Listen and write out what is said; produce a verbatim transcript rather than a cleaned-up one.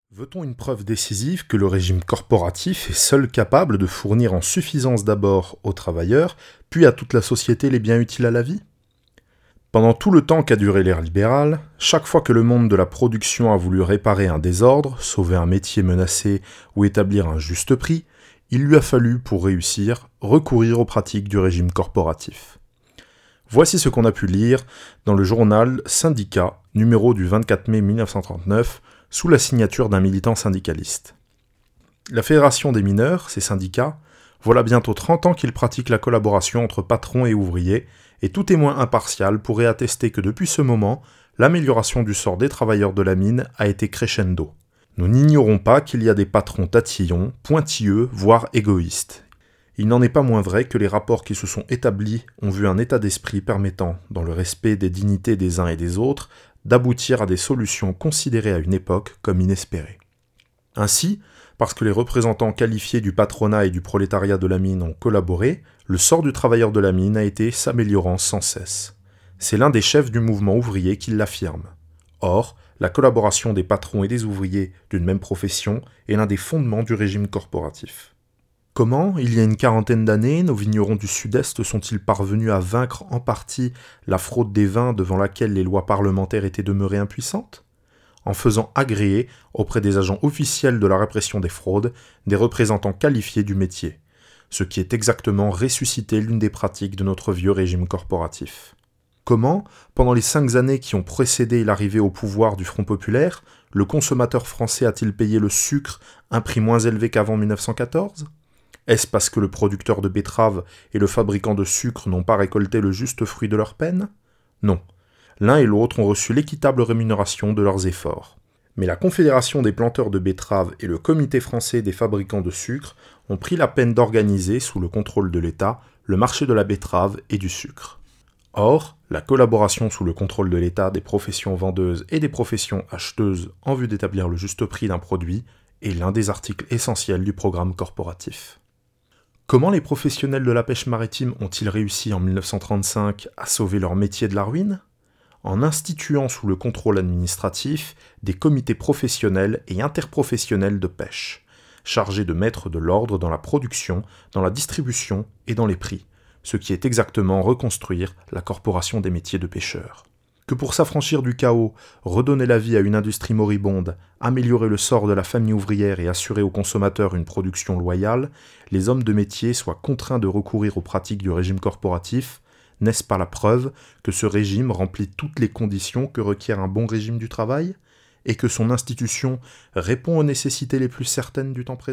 Veut-on une preuve décisive que le régime corporatif est seul capable de fournir en suffisance d'abord aux travailleurs, puis à toute la société les biens utiles à la vie ? Pendant tout le temps qu'a duré l'ère libérale, chaque fois que le monde de la production a voulu réparer un désordre, sauver un métier menacé ou établir un juste prix, il lui a fallu, pour réussir, recourir aux pratiques du régime corporatif. Voici ce qu'on a pu lire dans le journal Syndicat, numéro du vingt-quatre mai mille neuf cent trente-neuf, sous la signature d'un militant syndicaliste. La Fédération des mineurs, ces syndicats, voilà bientôt trente ans qu'ils pratiquent la collaboration entre patrons et ouvriers, et tout témoin impartial pourrait attester que depuis ce moment, l'amélioration du sort des travailleurs de la mine a été crescendo. Nous n'ignorons pas qu'il y a des patrons tatillons, pointilleux, voire égoïstes. Il n'en est pas moins vrai que les rapports qui se sont établis ont vu un état d'esprit permettant, dans le respect des dignités des uns et des autres, d'aboutir à des solutions considérées à une époque comme inespérées. Ainsi, parce que les représentants qualifiés du patronat et du prolétariat de la mine ont collaboré, le sort du travailleur de la mine a été s'améliorant sans cesse. C'est l'un des chefs du mouvement ouvrier qui l'affirme. Or, la collaboration des patrons et des ouvriers d'une même profession est l'un des fondements du régime corporatif. Comment, il y a une quarantaine d'années, nos vignerons du Sud-Est sont-ils parvenus à vaincre en partie la fraude des vins devant laquelle les lois parlementaires étaient demeurées impuissantes ? En faisant agréer, auprès des agents officiels de la répression des fraudes, des représentants qualifiés du métier, ce qui est exactement ressuscité l'une des pratiques de notre vieux régime corporatif. Comment, pendant les cinq années qui ont précédé l'arrivée au pouvoir du Front populaire, le consommateur français a-t-il payé le sucre un prix moins élevé qu'avant mille neuf cent quatorze ? Est-ce parce que le producteur de betteraves et le fabricant de sucre n'ont pas récolté le juste fruit de leur peine ? Non. L'un et l'autre ont reçu l'équitable rémunération de leurs efforts. Mais la Confédération des planteurs de betteraves et le Comité français des fabricants de sucre ont pris la peine d'organiser, sous le contrôle de l'État, le marché de la betterave et du sucre. Or, la collaboration sous le contrôle de l'État des professions vendeuses et des professions acheteuses en vue d'établir le juste prix d'un produit est l'un des articles essentiels du programme corporatif. Comment les professionnels de la pêche maritime ont-ils réussi en mille neuf cent trente-cinq à sauver leur métier de la ruine ? En instituant sous le contrôle administratif des comités professionnels et interprofessionnels de pêche, chargés de mettre de l'ordre dans la production, dans la distribution et dans les prix, ce qui est exactement reconstruire la corporation des métiers de pêcheurs. Que pour s'affranchir du chaos, redonner la vie à une industrie moribonde, améliorer le sort de la famille ouvrière et assurer aux consommateurs une production loyale, les hommes de métier soient contraints de recourir aux pratiques du régime corporatif, n'est-ce pas la preuve que ce régime remplit toutes les conditions que requiert un bon régime du travail, et que son institution répond aux nécessités les plus certaines du temps présent ?